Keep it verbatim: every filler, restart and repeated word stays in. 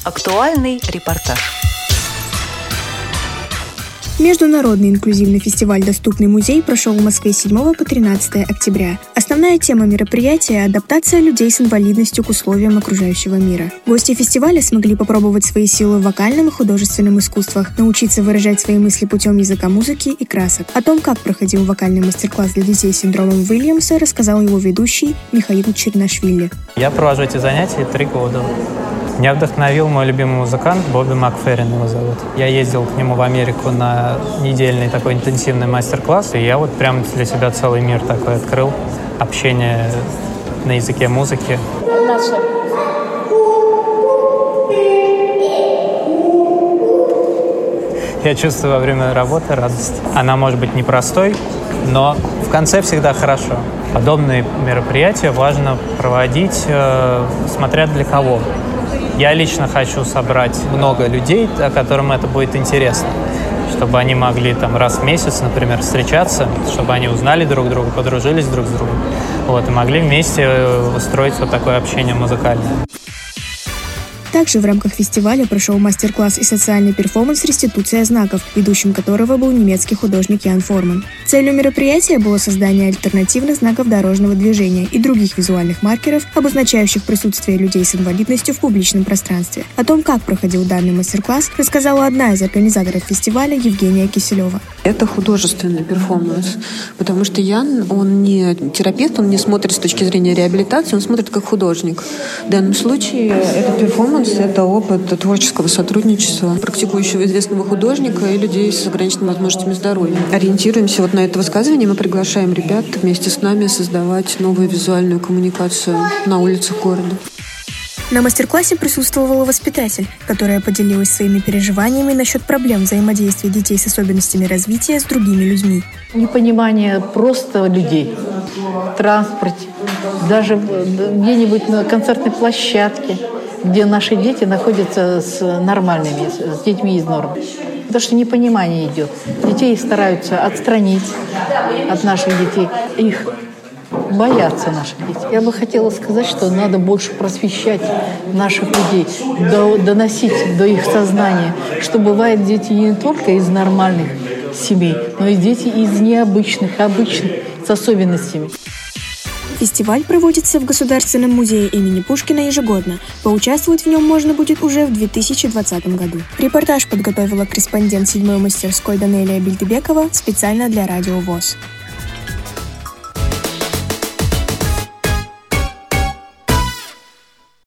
Актуальный репортаж. Международный инклюзивный фестиваль «Доступный музей» прошел в Москве с седьмого по тринадцатое октября. Основная тема мероприятия – адаптация людей с инвалидностью к условиям окружающего мира. Гости фестиваля смогли попробовать свои силы в вокальном и художественном искусствах, научиться выражать свои мысли путем языка музыки и красок. О том, как проходил вокальный мастер-класс для детей с синдромом Уильямса, рассказал его ведущий Михаил Чернашвили. Я провожу эти занятия три года. Меня вдохновил мой любимый музыкант Бобби Макферрин, его зовут. Я ездил к нему в Америку на недельный такой интенсивный мастер-класс, и я вот прям для себя целый мир такой открыл. Общение на языке музыки. Я чувствую во время работы радость. Она может быть непростой, но в конце всегда хорошо. Подобные мероприятия важно проводить, э, смотря для кого. Я лично хочу собрать много людей, которым это будет интересно, чтобы они могли там раз в месяц, например, встречаться, чтобы они узнали друг друга, подружились друг с другом, вот, и могли вместе устроить вот такое общение музыкальное. Также в рамках фестиваля прошел мастер-класс и социальный перформанс «Реституция знаков», ведущим которого был немецкий художник Ян Форман. Целью мероприятия было создание альтернативных знаков дорожного движения и других визуальных маркеров, обозначающих присутствие людей с инвалидностью в публичном пространстве. О том, как проходил данный мастер-класс, рассказала одна из организаторов фестиваля Евгения Киселева. Это художественный перформанс, потому что Ян, он не терапевт, он не смотрит с точки зрения реабилитации, он смотрит как художник. В данном случае этот перформанс — это опыт творческого сотрудничества практикующего известного художника и людей с ограниченными возможностями здоровья. Ориентируемся вот на это высказывание, мы приглашаем ребят вместе с нами создавать новую визуальную коммуникацию на улицах города. На мастер-классе присутствовала воспитатель, которая поделилась своими переживаниями насчет проблем взаимодействия детей с особенностями развития с другими людьми. Непонимание просто людей в транспорте, даже где-нибудь на концертной площадке, где наши дети находятся с нормальными, с детьми из нормы. Потому что непонимание идет. Детей стараются отстранить от наших детей. Их боятся наших детей. Я бы хотела сказать, что надо больше просвещать наших людей, доносить до их сознания, что бывают дети не только из нормальных семей, но и дети из необычных, обычных, с особенностями. Фестиваль проводится в Государственном музее имени Пушкина ежегодно. Поучаствовать в нем можно будет уже в две тысячи двадцатом году. Репортаж подготовила корреспондент седьмой мастерской Данелия Бельдебекова специально для Радио ВОС.